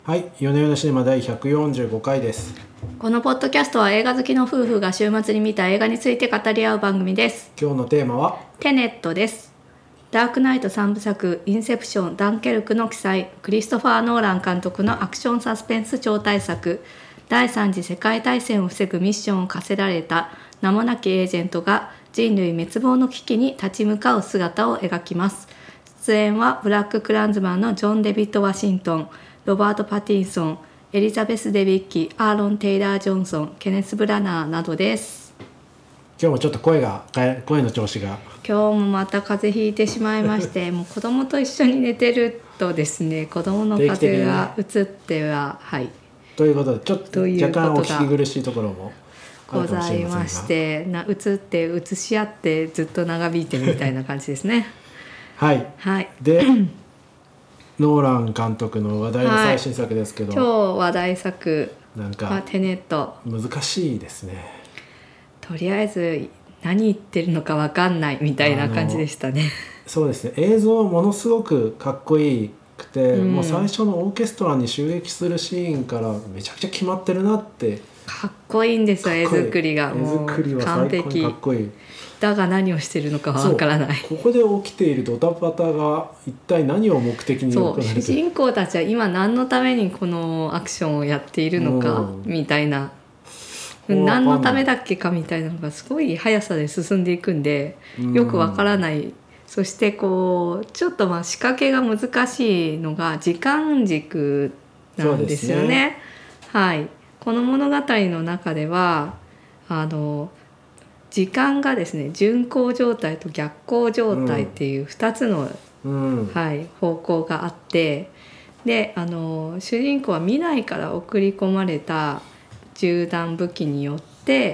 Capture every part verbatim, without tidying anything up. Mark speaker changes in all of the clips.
Speaker 1: はい、夜な夜なシネマ第ひゃくよんじゅうごかいです。
Speaker 2: このポッドキャストは映画好きの夫婦が週末に見た映画について語り合う番組です。
Speaker 1: 今日のテーマは
Speaker 2: テネットです。ダークナイトさんぶさく、インセプション、ダンケルクの記載、クリストファー・ノーラン監督のアクションサスペンス超大作、第三次世界大戦を防ぐミッションを課せられた名もなきエージェントが人類滅亡の危機に立ち向かう姿を描きます。出演はブラッククランズマンのジョン・デビッド・ワシントン、ロバート・パティンソン、エリザベス・デビッキ、アーロン・テイラー・ジョンソン、ケネス・ブラナーなどです。
Speaker 1: 今日もちょっと声が声の調子が
Speaker 2: 今日もまた風邪ひいてしまいましてもう子供と一緒に寝てるとですね、子供の風邪がうつっては、はい、
Speaker 1: ということでちょっと若干お聞き苦しいところも
Speaker 2: ございまして、なうつってうつし合ってずっと長引いてるみたいな感じですね
Speaker 1: はい、
Speaker 2: はい、
Speaker 1: でノーラン監督の話題の最新作ですけど、
Speaker 2: はい、超話題作
Speaker 1: なんか
Speaker 2: テネット
Speaker 1: 難しいですね。
Speaker 2: とりあえず何言ってるのか分かんないみたいな感じでしたね。
Speaker 1: そうですね、映像ものすごくかっこいいくて、うん、もう最初のオーケストラに襲撃するシーンからめちゃくちゃ決まってるなって。
Speaker 2: かっこいいんですよ、絵作りがもう
Speaker 1: 絵作りは最高にかっこいい。
Speaker 2: だが何をしてるのかわからない。
Speaker 1: ここで起きているドタバタが一体何を目的に行われている。
Speaker 2: そう、主人公たちは今何のためにこのアクションをやっているのかみたいな、何のためだっけかみたいなのがすごい速さで進んでいくんでよくわからない。そしてこうちょっとまあ仕掛けが難しいのが時間軸なんですよ ね, ねはい、この物語の中ではあの時間がですね、順行状態と逆行状態っていうふたつの、うんはい、方向があって、であの主人公は未来から送り込まれた銃弾武器によって、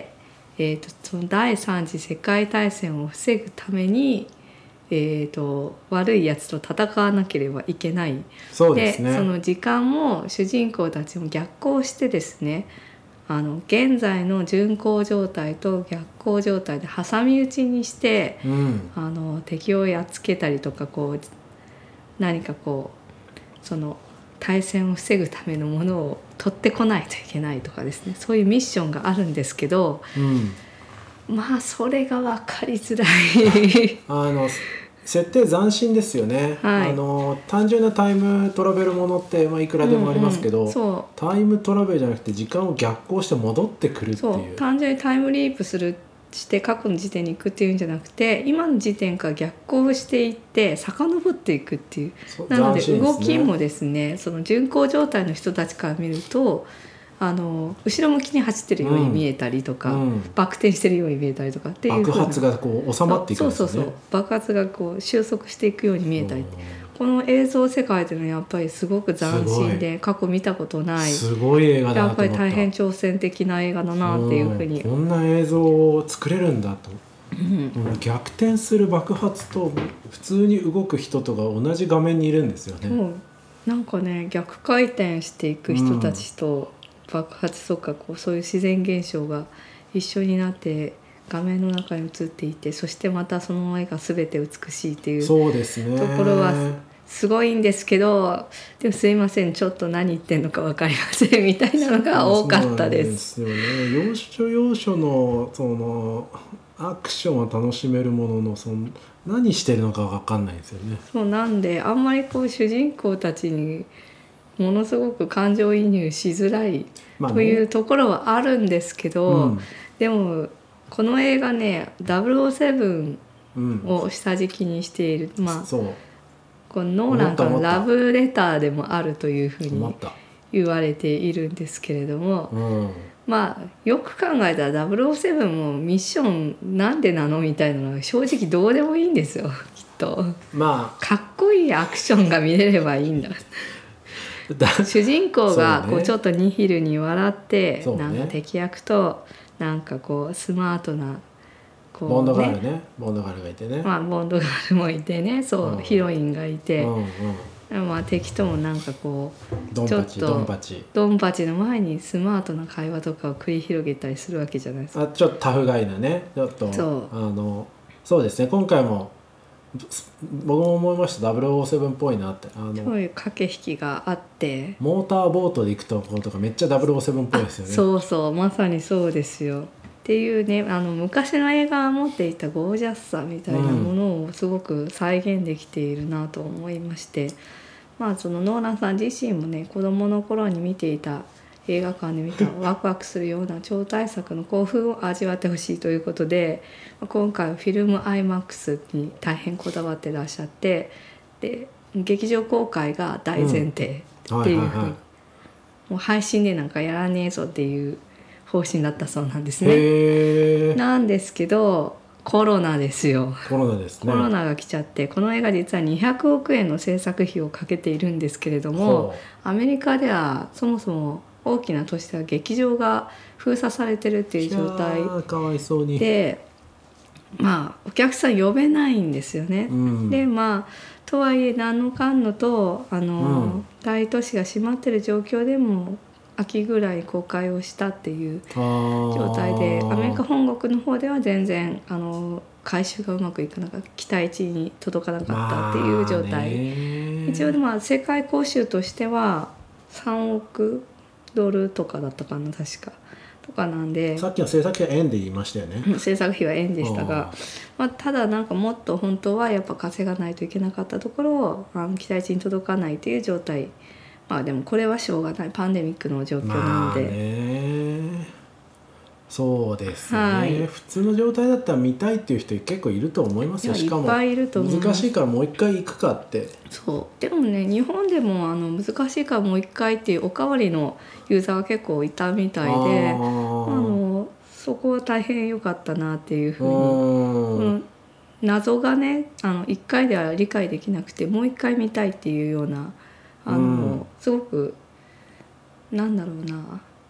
Speaker 2: えーと、その第三次世界大戦を防ぐために、えーと、悪いやつと戦わなければいけない。
Speaker 1: そうですね。
Speaker 2: でその時間も主人公たちも逆行してですね、あの現在の順行状態と逆行状態で挟み撃ちにして、うん、あの敵をやっつけたりとかこう何かこうその対戦を防ぐためのものを取ってこないといけないとかですね、そういうミッションがあるんですけど、うん、まあそれが分かりづらい
Speaker 1: あの設定斬新ですよね、はい、あの単純なタイムトラベルものって、まあ、いくらでもありますけど、うんうん、そうタイムトラベルじゃなくて時間を逆行して戻ってくるっていう、
Speaker 2: そう単純にタイムリープするして過去の時点に行くっていうんじゃなくて今の時点から逆行していって遡っていくっていう、なので動きもですね、その順行状態の人たちから見るとあの後ろ向きに走ってるように見えたりとか、うん、バク転してるように見えたりとかっていう
Speaker 1: 爆発がこう収まっていくんですね。
Speaker 2: そうそうそう、爆発がこう収束していくように見えたり、この映像世界というのはやっぱりすごく斬新で過去見たことない
Speaker 1: すごい映画だなと思った。
Speaker 2: やっぱり大変挑戦的な映画だなっていうふうに、
Speaker 1: こんな映像を作れるんだと、うん、逆転する爆発と普通に動く人とが同じ画面にいるんですよね、うん、
Speaker 2: なんかね逆回転していく人たちと爆発とかこうそういう自然現象が一緒になって画面の中に映っていて、そしてまたその絵が全て美しいっていうところはすごいんですけど、でもすいませんちょっと何言ってんのか分かりませんみたいなのが多かったです。
Speaker 1: そうなんですよね。要所要所のそのアクションは楽しめるものの、その何してるのか分かんないですよね。
Speaker 2: そうなんであんまりこう主人公たちにものすごく感情移入しづらいというところはあるんですけど、まあね、うん、でもこの映画ねダブルオーセブンを下敷きにしている、うん、まあそうこのノーランからのラブレターでもあるというふうに言われているんですけれども、うん、まあよく考えたらダブルオーセブンもミッションなんでなのみたいなのは正直どうでもいいんですよきっと、まあ、かっこいいアクションが見れればいいんだ主人公がこうちょっとニヒルに笑って、ね、なんか敵役となんかこうスマートなこう、ね、
Speaker 1: ボンドガールねボンドガールがいてね、
Speaker 2: まあ、ボンドガールもいてね、そう、うん、ヒロインがいて、うんうん、まあ、敵ともなんかこう
Speaker 1: ドンパチ
Speaker 2: ちょっとドンパチドンパチの前にスマートな会話とかを繰り広げたりするわけじゃないですか。
Speaker 1: あちょっとタフガイなねちょっとそうあのそうですね、今回も僕も思いました。ダブルオーセブンっぽいなって。あの
Speaker 2: そういう駆け引きがあって
Speaker 1: モーターボートで行くところとかめっちゃダブルオーセブンっぽいですよね。
Speaker 2: そうそう、まさにそうですよっていうね、あの昔の映画が持っていたゴージャスさみたいなものをすごく再現できているなと思いまして、うん、まあそのノーランさん自身もね、子供の頃に見ていた映画館で見たワクワクするような超大作の興奮を味わってほしいということで、今回はフィルム アイマックス に大変こだわってらっしゃって、で劇場公開が大前提っていうふうに、うん、はいはいはい、もう配信でなんかやらねえぞっていう方針だったそうなんですね。へー。なんですけどコロナですよ。
Speaker 1: コロナですね。
Speaker 2: コロナが来ちゃって、この映画実はにひゃくおくえんの制作費をかけているんですけれども、アメリカではそもそも大きな都市では劇場が封鎖されてるっていう状態
Speaker 1: かわいそうに
Speaker 2: で、まあお客さん呼べないんですよね、うん、でまあとはいえ何のかんのとあの、うん、大都市が閉まってる状況でも秋ぐらい公開をしたっていう状態で、アメリカ本国の方では全然あの回収がうまくいかなかった、期待値に届かなかったっていう状態、まあ、一応でも世界興収としてはさんおくドルとかだったかな確かとかなんで、
Speaker 1: さっきの制作費は円で言いましたよね。
Speaker 2: 制作費は円でしたが、まあ、ただなんかもっと本当はやっぱ稼がないといけなかったところをあの期待値に届かないっていう状態。まあでもこれはしょうがない、パンデミックの状況なので、まあ
Speaker 1: ね、そうですね、
Speaker 2: はい、
Speaker 1: 普通の状態だったら見たいっていう人結構いると思いますよ。しかもいっぱいいると思います。難しいからもう一回行くかって。
Speaker 2: そうでもね、日本でもあの難しいからもう一回っていうおかわりのユーザーが結構いたみたいで、ああのそこは大変良かったなっていうふうに、この謎がね、あのいっかいでは理解できなくてもう一回見たいっていうような、あの、うん、すごくなんだろうな、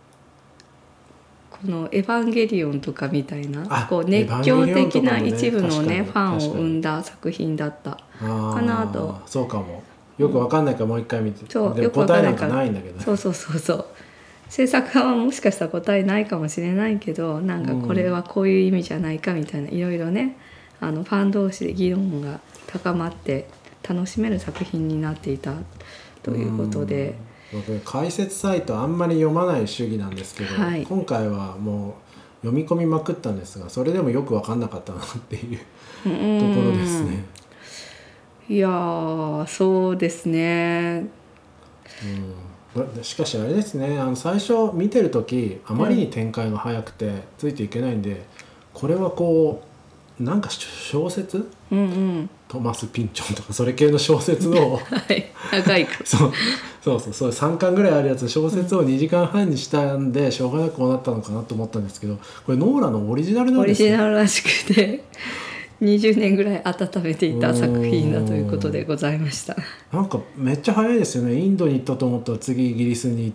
Speaker 2: この「エヴァンゲリオン」とかみたいなこう熱狂的な一部のねファンを生んだ作品だったかなと。
Speaker 1: そうかも。よくわかんないからもう一回見て、そうでも答えなんかないんだけど、
Speaker 2: そうそうそうそう、制作側はもしかしたら答えないかもしれないけど、なんかこれはこういう意味じゃないかみたいな、いろいろね、あのファン同士で議論が高まって楽しめる作品になっていたということで、
Speaker 1: 僕解説サイトあんまり読まない主義なんですけど、はい、今回はもう読み込みまくったんですが、それでもよく分かんなかったなっていうところですね。
Speaker 2: いやーそうですね、
Speaker 1: うん、しかしあれですね、あの最初見てる時あまりに展開が早くてついていけないんで、うん、これはこうなんか小説、うんうん、トマス・ピンチョンとかそれ系の小説を、
Speaker 2: はい、長い
Speaker 1: そうそうそうそうさんかんぐらいあるやつ小説をにじかんはんにしたんで、うん、しょうがなくこうなったのかなと思ったんですけど、これノーラのオリジナルなんですね。
Speaker 2: オリジナルらしくてにじゅうねんぐらい温めていた作品だということでございました。
Speaker 1: なんかめっちゃ早いですよね。インドに行ったと思ったら次イギリスに行って、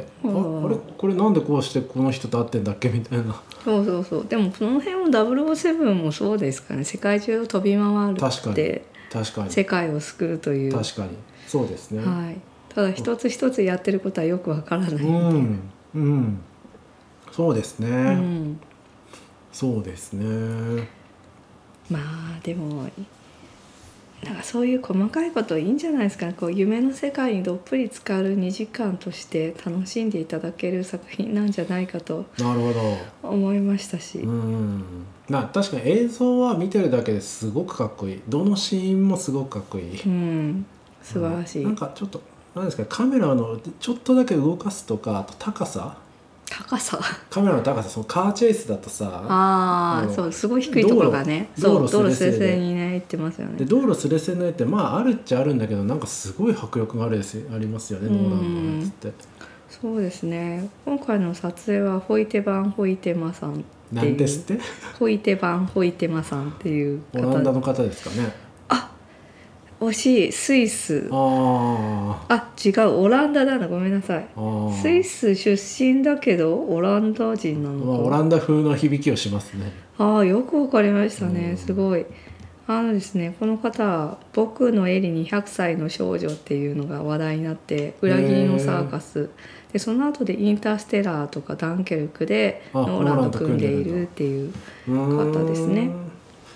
Speaker 1: あ, あれこれなんでこうしてこの人と会ってんだっけみたいな。
Speaker 2: そうそうそう。でもその辺もダブルオーセブンもそうですかね。世界中を飛び回るって
Speaker 1: 確かに
Speaker 2: 世界を救うという。
Speaker 1: 確かにそうですね、
Speaker 2: はい、ただ一つ一つやってることはよくわからないんで、
Speaker 1: うんうん、そうですね、うん、そうですね。
Speaker 2: まあでもなんかそういう細かいこといいんじゃないですかね。こう夢の世界にどっぷり浸かるにじかんとして楽しんでいただける作品なんじゃないかと思いましたし、
Speaker 1: うん、な確かに映像は見てるだけですごくかっこいい。どのシーンもすごくかっこいい、うん、
Speaker 2: 素晴らしい、
Speaker 1: うん、なんかちょっとなんですか、カメラのちょっとだけ動かすとか、あと高さ
Speaker 2: 高さ
Speaker 1: カメラの高さ、そのカーチェイスだとさ
Speaker 2: ああそうすごい低いところがね、道路スレスレにね行ってますよね。
Speaker 1: で道路スレスレの絵ってまああるっちゃあるんだけど、なんかすごい迫力があるですありますよね、ノーランのやつって。
Speaker 2: そうですね。今回の撮影はホイテバン・ホイテマさんっていう、
Speaker 1: なんですって
Speaker 2: ホイテバン・ホイテマさんっていう
Speaker 1: 方、オランダの方ですかね。
Speaker 2: 惜しい、スイス。ああ違う、オランダだな、ごめんなさい。スイス出身だけどオランダ人なのか、まあ、
Speaker 1: オランダ風の響きをしますね。
Speaker 2: ああよくわかりましたね、すごい。あのですね、この方は「僕のエリにひゃくさいの少女」っていうのが話題になって、裏切りのサーカスで、その後でインターステラーとかダンケルクでノーランド組んでいるっていう方ですね。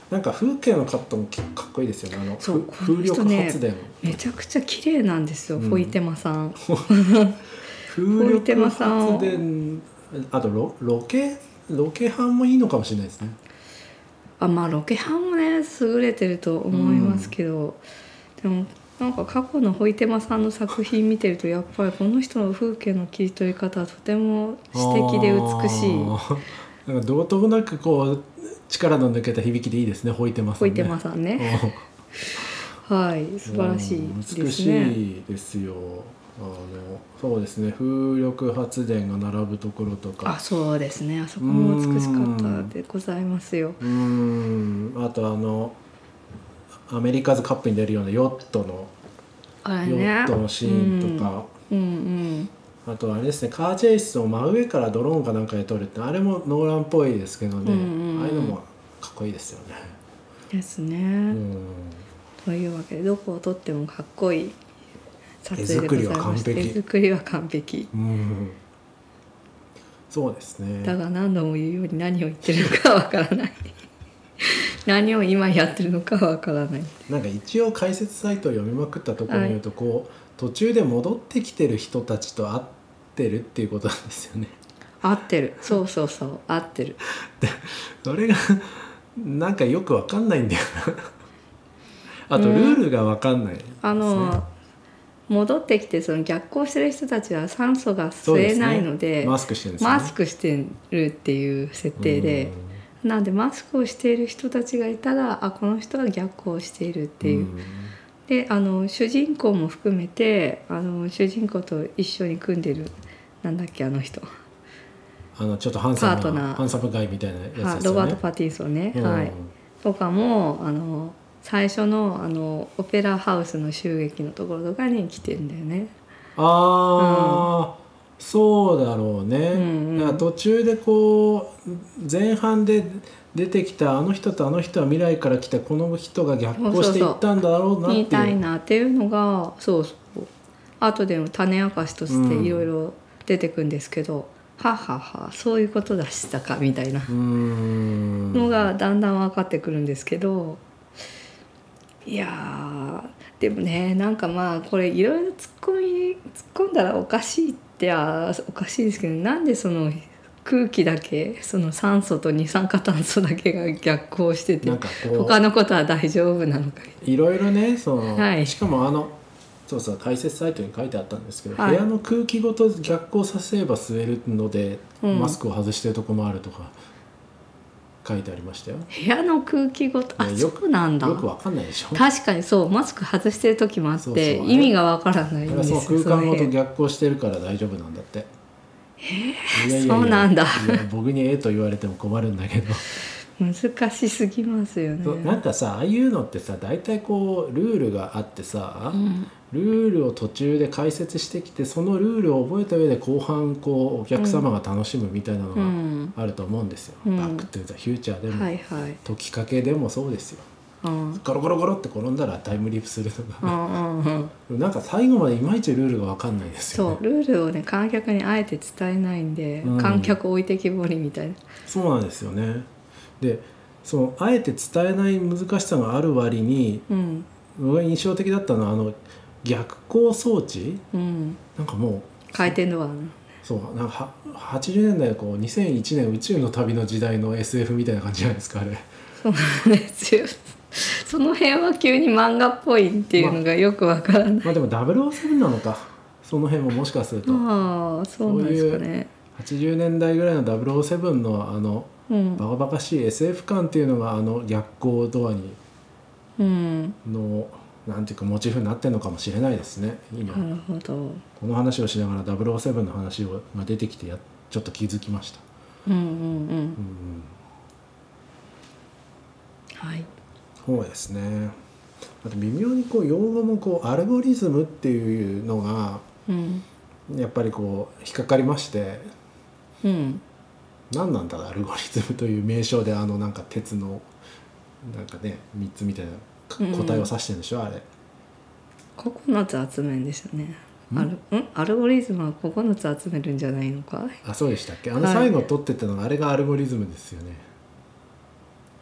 Speaker 1: なんか風景のカットもかっこいいですよね。あの
Speaker 2: そう
Speaker 1: 風力発電、
Speaker 2: ね、めちゃくちゃ綺麗なんですよ、うん、フォイテマさん
Speaker 1: 風力発電、あと ロ, ロケロケハンもいいのかもしれないですね。
Speaker 2: あ、まあロケハンもね優れてると思いますけど、うん、でもなんか過去のホイテマさんの作品見てるとやっぱりこの人の風景の切り取り方はとても詩的で美しい。
Speaker 1: なんかどうともなくこう力の抜けた響きでいいですね、ホイテマさんね。
Speaker 2: ホイテマさんねはい素晴らしいですね。
Speaker 1: 美しいですよ。あのそうですね、風力発電が並ぶところとか、
Speaker 2: あそうですね、あそこも美しかったでございますよ。
Speaker 1: うーん、あとあのアメリカズカップに出るようなヨットの
Speaker 2: あれ、ね、
Speaker 1: ヨットのシーンとか、
Speaker 2: うんうんうん
Speaker 1: あとあれですね、カーチェイスを真上からドローンかなんかで撮るって、あれもノーランっぽいですけどね、うんうん、ああいうのもかっこいいですよね。
Speaker 2: ですね、
Speaker 1: うん、
Speaker 2: というわけでどこを撮ってもかっこいい撮影でございました。
Speaker 1: 手
Speaker 2: 作りは完璧、
Speaker 1: うん、そうですね。
Speaker 2: だが何度も言うように何を言ってるのかわからない何を今やってるのかわからない。
Speaker 1: なんか一応解説サイトを読みまくったところによると、はい、こう途中で戻ってきてる人たちと会ってるっていうことなんですよね。
Speaker 2: 合ってる、そうそうそう合ってる
Speaker 1: それがなんかよくわかんないんだよなあとルールがわかんないですね、
Speaker 2: うん、あの戻ってきてその逆行してる人たちは酸素が吸えないの で,
Speaker 1: で、ね、マスクしてるんですね。
Speaker 2: マスクしてるっていう設定で、なんでマスクをしている人たちがいたら、あこの人は逆行しているっていう、うであの主人公も含めてあの主人公と一緒に組んでるなんだっけあの人
Speaker 1: あのちょっとハンサムなハンサムガイみたいなやつですよね。
Speaker 2: ロバート・パティンソンね、はい、とかもあの最初 の, あのオペラハウスの襲撃のところとかに来てるんだよね。
Speaker 1: ああ、うん、そうだろうね、うんうん、だから途中でこう前半で出てきたあの人とあの人は未来から来たこの人が逆行していったんだろうなっていう
Speaker 2: みたいなっていうのがそうそう後でも種明かしとしていろいろ出てくるんですけど、うん、はははそういうことだしたかみたいなのがだんだん分かってくるんですけど、いやでもねなんかまあこれいろいろ突っ込み突っ込んだらおかしいってあおかしいですけど、なんでその空気だけその酸素と二酸化炭素だけが逆行してて他のことは大丈夫なのか
Speaker 1: いろいろねその、
Speaker 2: はい、
Speaker 1: しかもあのそうそう解説サイトに書いてあったんですけど、はい、部屋の空気ごと逆行させれば吸えるので、うん、マスクを外してるとこもあるとか書いてありましたよ。
Speaker 2: 部屋の空気ごと、あ、そうなんだ。
Speaker 1: よくわかんないでしょ。
Speaker 2: 確かにそうマスク外してる時もあってそうそう意味がわからないんですよ。
Speaker 1: その空間ごと逆行してるから大丈夫なんだって。
Speaker 2: へえ、そうなんだ。
Speaker 1: いや僕にええと言われても困るんだけど
Speaker 2: 難しすぎますよね。
Speaker 1: なんかさああいうのってさ大体こうルールがあってさ、うん、ルールを途中で解説してきてそのルールを覚えた上で後半こうお客様が楽しむみたいなのがあると思うんですよ、うん、バック・トゥ・ザ・フューチャーでも、はいはい、解きかけでもそうですよ、うん、ゴロゴロゴロって転んだらタイムリープするとか、うんうんうん、なんか最後までいまいちルールが分かんないですよね。
Speaker 2: そうルールをね観客にあえて伝えないんで、うん、観客置いてきぼりみたいな。
Speaker 1: そうなんですよね。でそのあえて伝えない難しさがある割に、うん、僕が印象的だったのはあの逆光装置、うん、なんかもう
Speaker 2: 回転ドアの
Speaker 1: そうなんかはちじゅうねんだいのこうにせんいちねん宇宙の旅の時代の エスエフ みたいな感じじゃないですかあれ。
Speaker 2: そうなんですよ。その辺は急に漫画っぽいっていうのがよくわからない、まあ、
Speaker 1: まあでもダブルオーセブンなのかその辺ももしかすると
Speaker 2: ああそうなんですかね。
Speaker 1: そういうはちじゅうねんだいぐらいのダブルオーセブンのあのうん、バカバカしい エスエフ 感っていうのがあの逆光ドアにの、うん、なんていうかモチーフになってるのかもしれないですね今。
Speaker 2: なるほど。
Speaker 1: この話をしながらダブルオーセブンの話が出てきてやちょっと気づきました。うんうんうん、うん、
Speaker 2: はい
Speaker 1: そうですね。あと微妙にこう用語もこうアルゴリズムっていうのがやっぱりこう引っかかりまして、うん何なんだアルゴリズムという名称であのなんか鉄のなんかねみっつみたいな答えを指してるんでしょ、うん、あれ
Speaker 2: ここのつ集めるんですよね。あるんアルゴリズムはここのつ集めるんじゃないのか。
Speaker 1: あそうでしたっけ。あの最後取ってたのが、はい、あれがアルゴリズムですよね。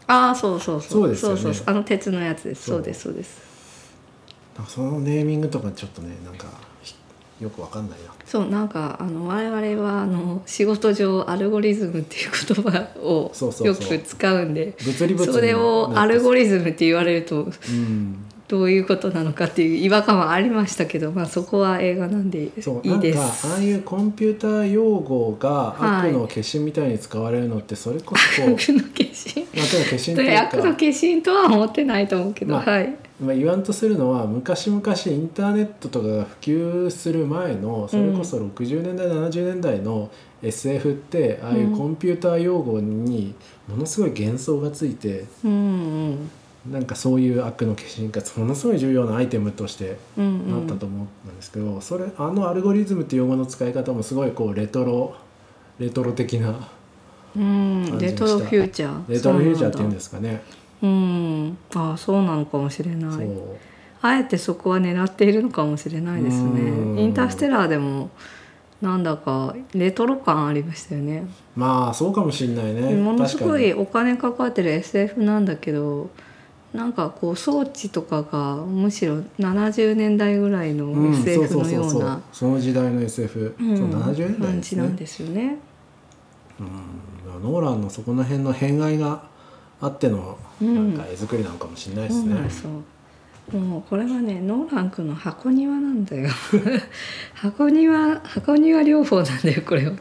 Speaker 2: ああそうそうそう
Speaker 1: そうですよね
Speaker 2: そうそうあの鉄のやつです。
Speaker 1: そう
Speaker 2: そうですそうです。
Speaker 1: なんかそのネーミングとかちょっとねなんかよくわかんないな。
Speaker 2: そうなんかあの我々はあの仕事上アルゴリズムっていう言葉を
Speaker 1: そうそうそう
Speaker 2: よく使うんで、
Speaker 1: 物理物理
Speaker 2: それをアルゴリズムって言われると
Speaker 1: うん
Speaker 2: どういうことなのかっていう違和感はありましたけど、まあ、そこは映画なんでいいです。
Speaker 1: そうなんかああいうコンピューター用語が
Speaker 2: はい
Speaker 1: 悪の化身みたいに使われるのってそれこそこう、
Speaker 2: 悪の化身
Speaker 1: まあ、悪の化身というか
Speaker 2: 悪の化身とは思ってないと思うけど、
Speaker 1: まあ
Speaker 2: はい
Speaker 1: まあ、言わんとするのは昔々インターネットとかが普及する前のそれこそろくじゅうねんだい、ななじゅうねんだいの エスエフ ってああいうコンピューター用語にものすごい幻想がついて、
Speaker 2: うんうん
Speaker 1: なんかそういう悪の化身がものすごい重要なアイテムとして
Speaker 2: うん
Speaker 1: なったと思うんですけど、それあのアルゴリズムっていう用語の使い方もすごいこうレトロレトロ的な
Speaker 2: うん
Speaker 1: 感じがした。
Speaker 2: レトロフューチャー
Speaker 1: レトロフューチャーっていうん
Speaker 2: で
Speaker 1: ですかね。
Speaker 2: うんああそうなのかもしれない。
Speaker 1: そう
Speaker 2: あえてそこは狙っているのかもしれないですね。
Speaker 1: うん
Speaker 2: インターステラーでもなんだかレトロ感ありましたよね。
Speaker 1: まあそうかもしれないね。
Speaker 2: ものすごい
Speaker 1: 確
Speaker 2: お金かかってる エスエフ なんだけど、なんかこう装置とかがむしろななじゅうねんだいぐらいの エスエフ のような
Speaker 1: その時代の エスエフ、
Speaker 2: うん
Speaker 1: そうななじゅうねんだい
Speaker 2: 感
Speaker 1: ですね。
Speaker 2: じなんですよね。
Speaker 1: うん、ノーランのそこの辺の偏愛があってのなんか絵作りなのかもしれないですね。
Speaker 2: そうなんですよ。もうこれはねノーラン君の箱庭なんだよ箱庭箱庭療法なんだよこれは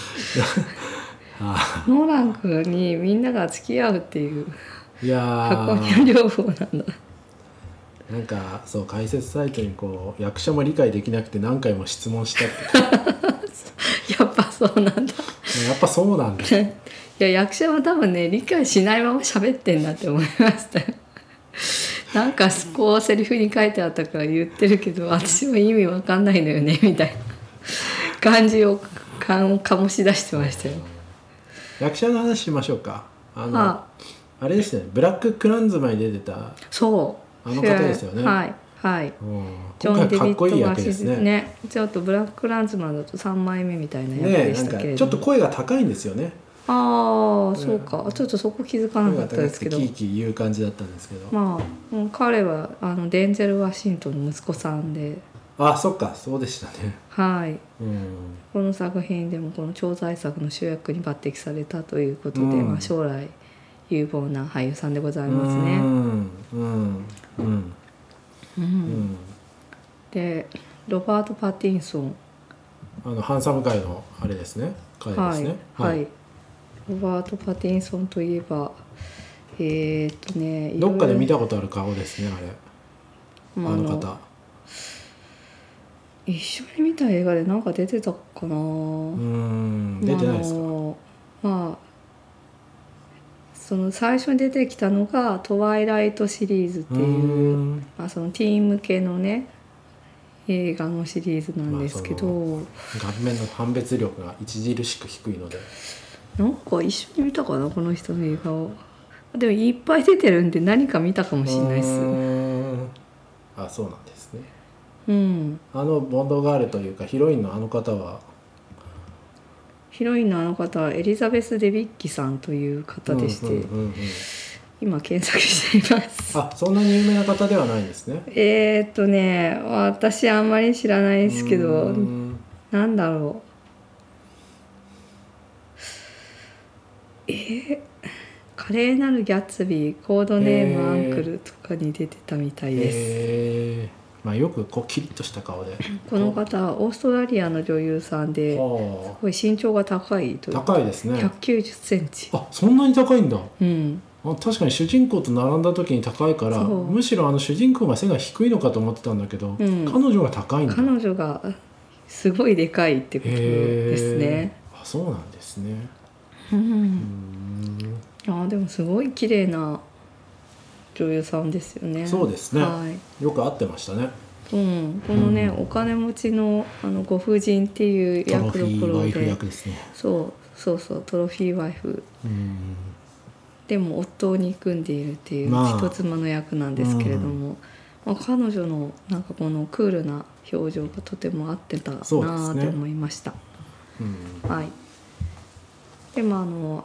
Speaker 1: あ
Speaker 2: ノーラン君にみんなが付き合うっていう
Speaker 1: ーいや
Speaker 2: 箱庭
Speaker 1: ー
Speaker 2: 療法なんだ。
Speaker 1: なんかそう解説サイトにこう役者も理解できなくて何回も質問したって
Speaker 2: やっぱそうなんだ
Speaker 1: やっぱそうなんだ
Speaker 2: いや役者は多分ね理解しないまま喋ってんだって思いましたよなんかこうセリフに書いてあったから言ってるけど私は意味わかんないのよねみたいな感じを感を醸し出してましたよ。
Speaker 1: 役者の話しましょうか。あの
Speaker 2: あ
Speaker 1: あれですね、ブラッククランズマンに出てた
Speaker 2: そう
Speaker 1: あの方ですよね。
Speaker 2: はいはい
Speaker 1: うん
Speaker 2: ジョン・
Speaker 1: 今回
Speaker 2: デビッド・
Speaker 1: かっこいい
Speaker 2: マシ
Speaker 1: 役ですね。
Speaker 2: ねちょっとブラック・クランズマンだとさんまいめみたいな役
Speaker 1: ね
Speaker 2: で
Speaker 1: なんか
Speaker 2: したけれども、
Speaker 1: ちょっと声が高いんですよね。
Speaker 2: ああそうかちょっとそこ気づかなかったですけど、
Speaker 1: キーキー言う感じだったんですけど。
Speaker 2: まあうん彼はあのデンゼル・ワシントンの息子さんで、
Speaker 1: あ、そっか、そうでしたね。
Speaker 2: はい、
Speaker 1: うん。
Speaker 2: この作品でもこの超大作の主役に抜擢されたということで、
Speaker 1: うん
Speaker 2: まあ、将来有望な俳優さんでございます
Speaker 1: う
Speaker 2: ね。
Speaker 1: んうんうん
Speaker 2: うん
Speaker 1: うん。
Speaker 2: でロバート・パティンソン、
Speaker 1: あのハンサム界のあれですね。彼ですね。
Speaker 2: はい、はい、ロバート・パティンソンといえばえー、っとね
Speaker 1: どっかで見
Speaker 2: た
Speaker 1: たことある顔ですね、あれ。あの方。
Speaker 2: 一緒に見た映画でなんか出てたかな。
Speaker 1: うん出てないですか。
Speaker 2: あのまあその最初に出てきたのが「トワイライト」シリーズっていう
Speaker 1: うん
Speaker 2: まあ、そのティーン向けのね映画のシリーズなんですけど、
Speaker 1: まあ顔面の判別力が著しく低いので。
Speaker 2: なんか一緒に見たかなこの人の映画を。でもいっぱい出てるんで何か見たかもしれないです。
Speaker 1: うんあ、そうなんですね。
Speaker 2: うん
Speaker 1: あのボンドガールというかヒロインのあの方は。
Speaker 2: ヒロインのあの方はエリザベス・デビッキさんという方でして、
Speaker 1: うんうんうんうん
Speaker 2: 今検索しています。
Speaker 1: あ、そんなに有名な方ではないんですね。
Speaker 2: えーっとね私あんまり知らないですけど
Speaker 1: うん
Speaker 2: なんだろうえー、華麗なるギャッツビーコードネームアンクルとかに出てたみたいです。
Speaker 1: えーまあ、よくこうキリッとした顔で。
Speaker 2: この方はオーストラリアの女優さんです
Speaker 1: は
Speaker 2: ごい身長が高いとい
Speaker 1: あ、
Speaker 2: う
Speaker 1: 高いですね
Speaker 2: ひゃくきゅうじゅっセンチ。
Speaker 1: あ、そんなに高いんだ。
Speaker 2: うん
Speaker 1: あ、確かに主人公と並んだ時に高いから
Speaker 2: そう
Speaker 1: むしろあの主人公が背が低いのかと思ってたんだけど、
Speaker 2: うん
Speaker 1: 彼女が高いんだ。
Speaker 2: 彼女がすごいでかいってことですね。
Speaker 1: あ、そうなんですね。
Speaker 2: う
Speaker 1: うんん
Speaker 2: あーでもすごい綺麗な女優さんですよね。
Speaker 1: そうですね、
Speaker 2: はい
Speaker 1: よく合ってましたね。
Speaker 2: うん、このね、
Speaker 1: うん
Speaker 2: お金持ちのあのご婦人っていう
Speaker 1: トロ
Speaker 2: 役
Speaker 1: フィーワイフ
Speaker 2: どころで
Speaker 1: 役ですね。
Speaker 2: そうそうそうトロフィーワイフ
Speaker 1: うん
Speaker 2: でも夫を憎んでいるっていう
Speaker 1: まあ
Speaker 2: 人妻の役なんですけれども、まあ、彼女のなんかこのクールな表情がとても合ってたな
Speaker 1: そうですね
Speaker 2: と思いました。
Speaker 1: うん
Speaker 2: はい、でもあの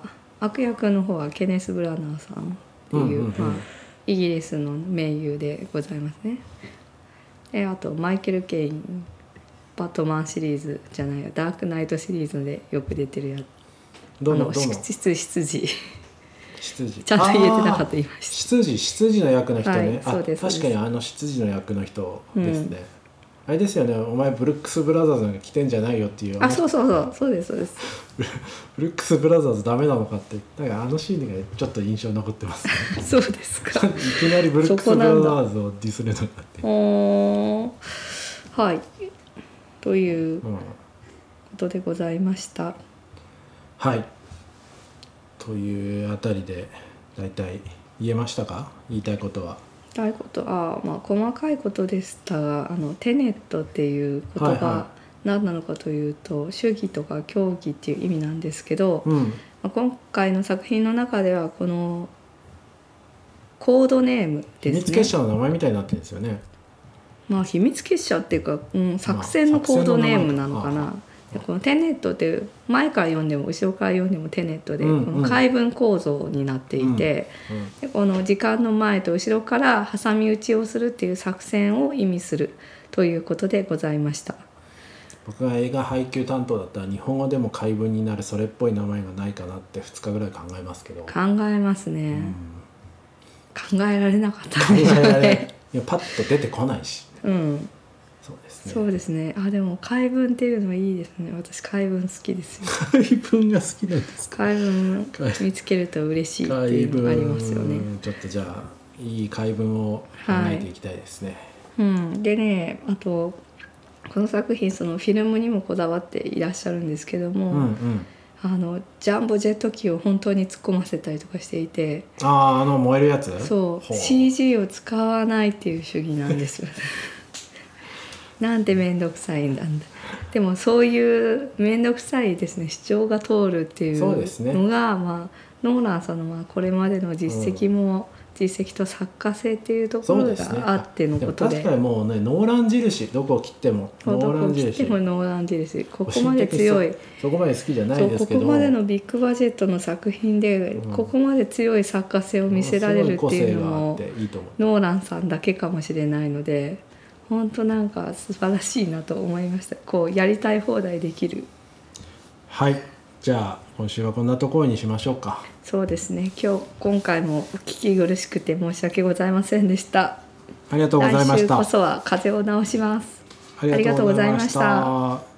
Speaker 2: 悪役の方はケネス・ブラナーさんっていう、うんうんうん、まあ、イギリスの名優でございますね。であとマイケル・ケイン、バットマンシリーズじゃないよダークナイトシリーズでよく出てるやつ、
Speaker 1: どのどの
Speaker 2: 執事
Speaker 1: 執事
Speaker 2: ちゃんと言えてなかった言いました。
Speaker 1: 執事執事の役の人ね、はい、あ
Speaker 2: そうです
Speaker 1: 確かにあの執事の役の人ですね、うん、あれですよね、お前ブルックス・ブラザーズが来てんじゃないよっていう、
Speaker 2: あそうそうそうそうですそうです
Speaker 1: ブルックス・ブラザーズダメなのかって、だからあのシーンがちょっと印象に残ってます、ね、
Speaker 2: そうですか
Speaker 1: いきなりブルックス・ブラザーズをディスるのかって
Speaker 2: おはいということでございました、うん、
Speaker 1: はいというあたりでだいたい言えましたか、言いたいことは。
Speaker 2: 言いたいことは、まあ、細かいことでしたが、あのテネットっていう言葉、はいはい、何なのかというと主義とか教義っていう意味なんですけど、うん、まあ、今回の作品の中ではこのコードネームですね、
Speaker 1: 秘密結社の名前みたいになってるんですよね。
Speaker 2: まあ秘密結社っていうか、うん、作戦のコードネームなのかな。でこのテネットって前から読んでも後ろから読んでもテネットで、うんうん、この回文構造になっていて、うんうん、でこの時間の前と後ろから挟み撃ちをするっていう作戦を意味するということでございました。
Speaker 1: 僕が映画配給担当だったら日本語でも回文になるそれっぽい名前がないかなってふつかぐらい考えますけど、
Speaker 2: 考えますね、うん、考えられなかったね。考えられ
Speaker 1: いやパッと出てこないし、
Speaker 2: うん、そうですね。そうですね。あでも回文っていうのはいいですね。私回文好きですよ。
Speaker 1: 回文が好きなんですか。
Speaker 2: 回文見つけると嬉しいっていうのがありますよね。
Speaker 1: ちょっとじゃあいい回文を考えていきたいですね。
Speaker 2: はい、うん。でね、あとこの作品そのフィルムにもこだわっていらっしゃるんですけども、うんうん、あのジャンボジェット機を本当に突っ込ませたりとかしていて、
Speaker 1: あああの燃えるやつ？
Speaker 2: そう シージー を使わないっていう主義なんですよね。なんて面倒くさいんだ。でもそういう面倒くさいですね主張が通るっていうのが、ね、まあ、ノーランさんのまあこれまでの実績も、うん、実績と作家性っていうところがあってのこと で,
Speaker 1: で、ね、確かにもうねノーラン印どこを切ってもノーラン印、どこを切っても
Speaker 2: ノーラン印、ここまで強い
Speaker 1: そ, そこまで好きじゃないですけど、
Speaker 2: ここまでのビッグバジェットの作品で、うん、ここまで強い作家性を見せられるっていうのも
Speaker 1: いいと
Speaker 2: ノーランさんだけかもしれないので、本当なんか素晴らしいなと思いました。こうやりたい放題できる。
Speaker 1: はい、じゃあ今週はこんなところにしましょうか。
Speaker 2: そうですね。今日今回もお聞き苦しくて申し訳ございませんでした。
Speaker 1: ありがとうございました。
Speaker 2: 来週こそは風邪を治します。ありがとうございました。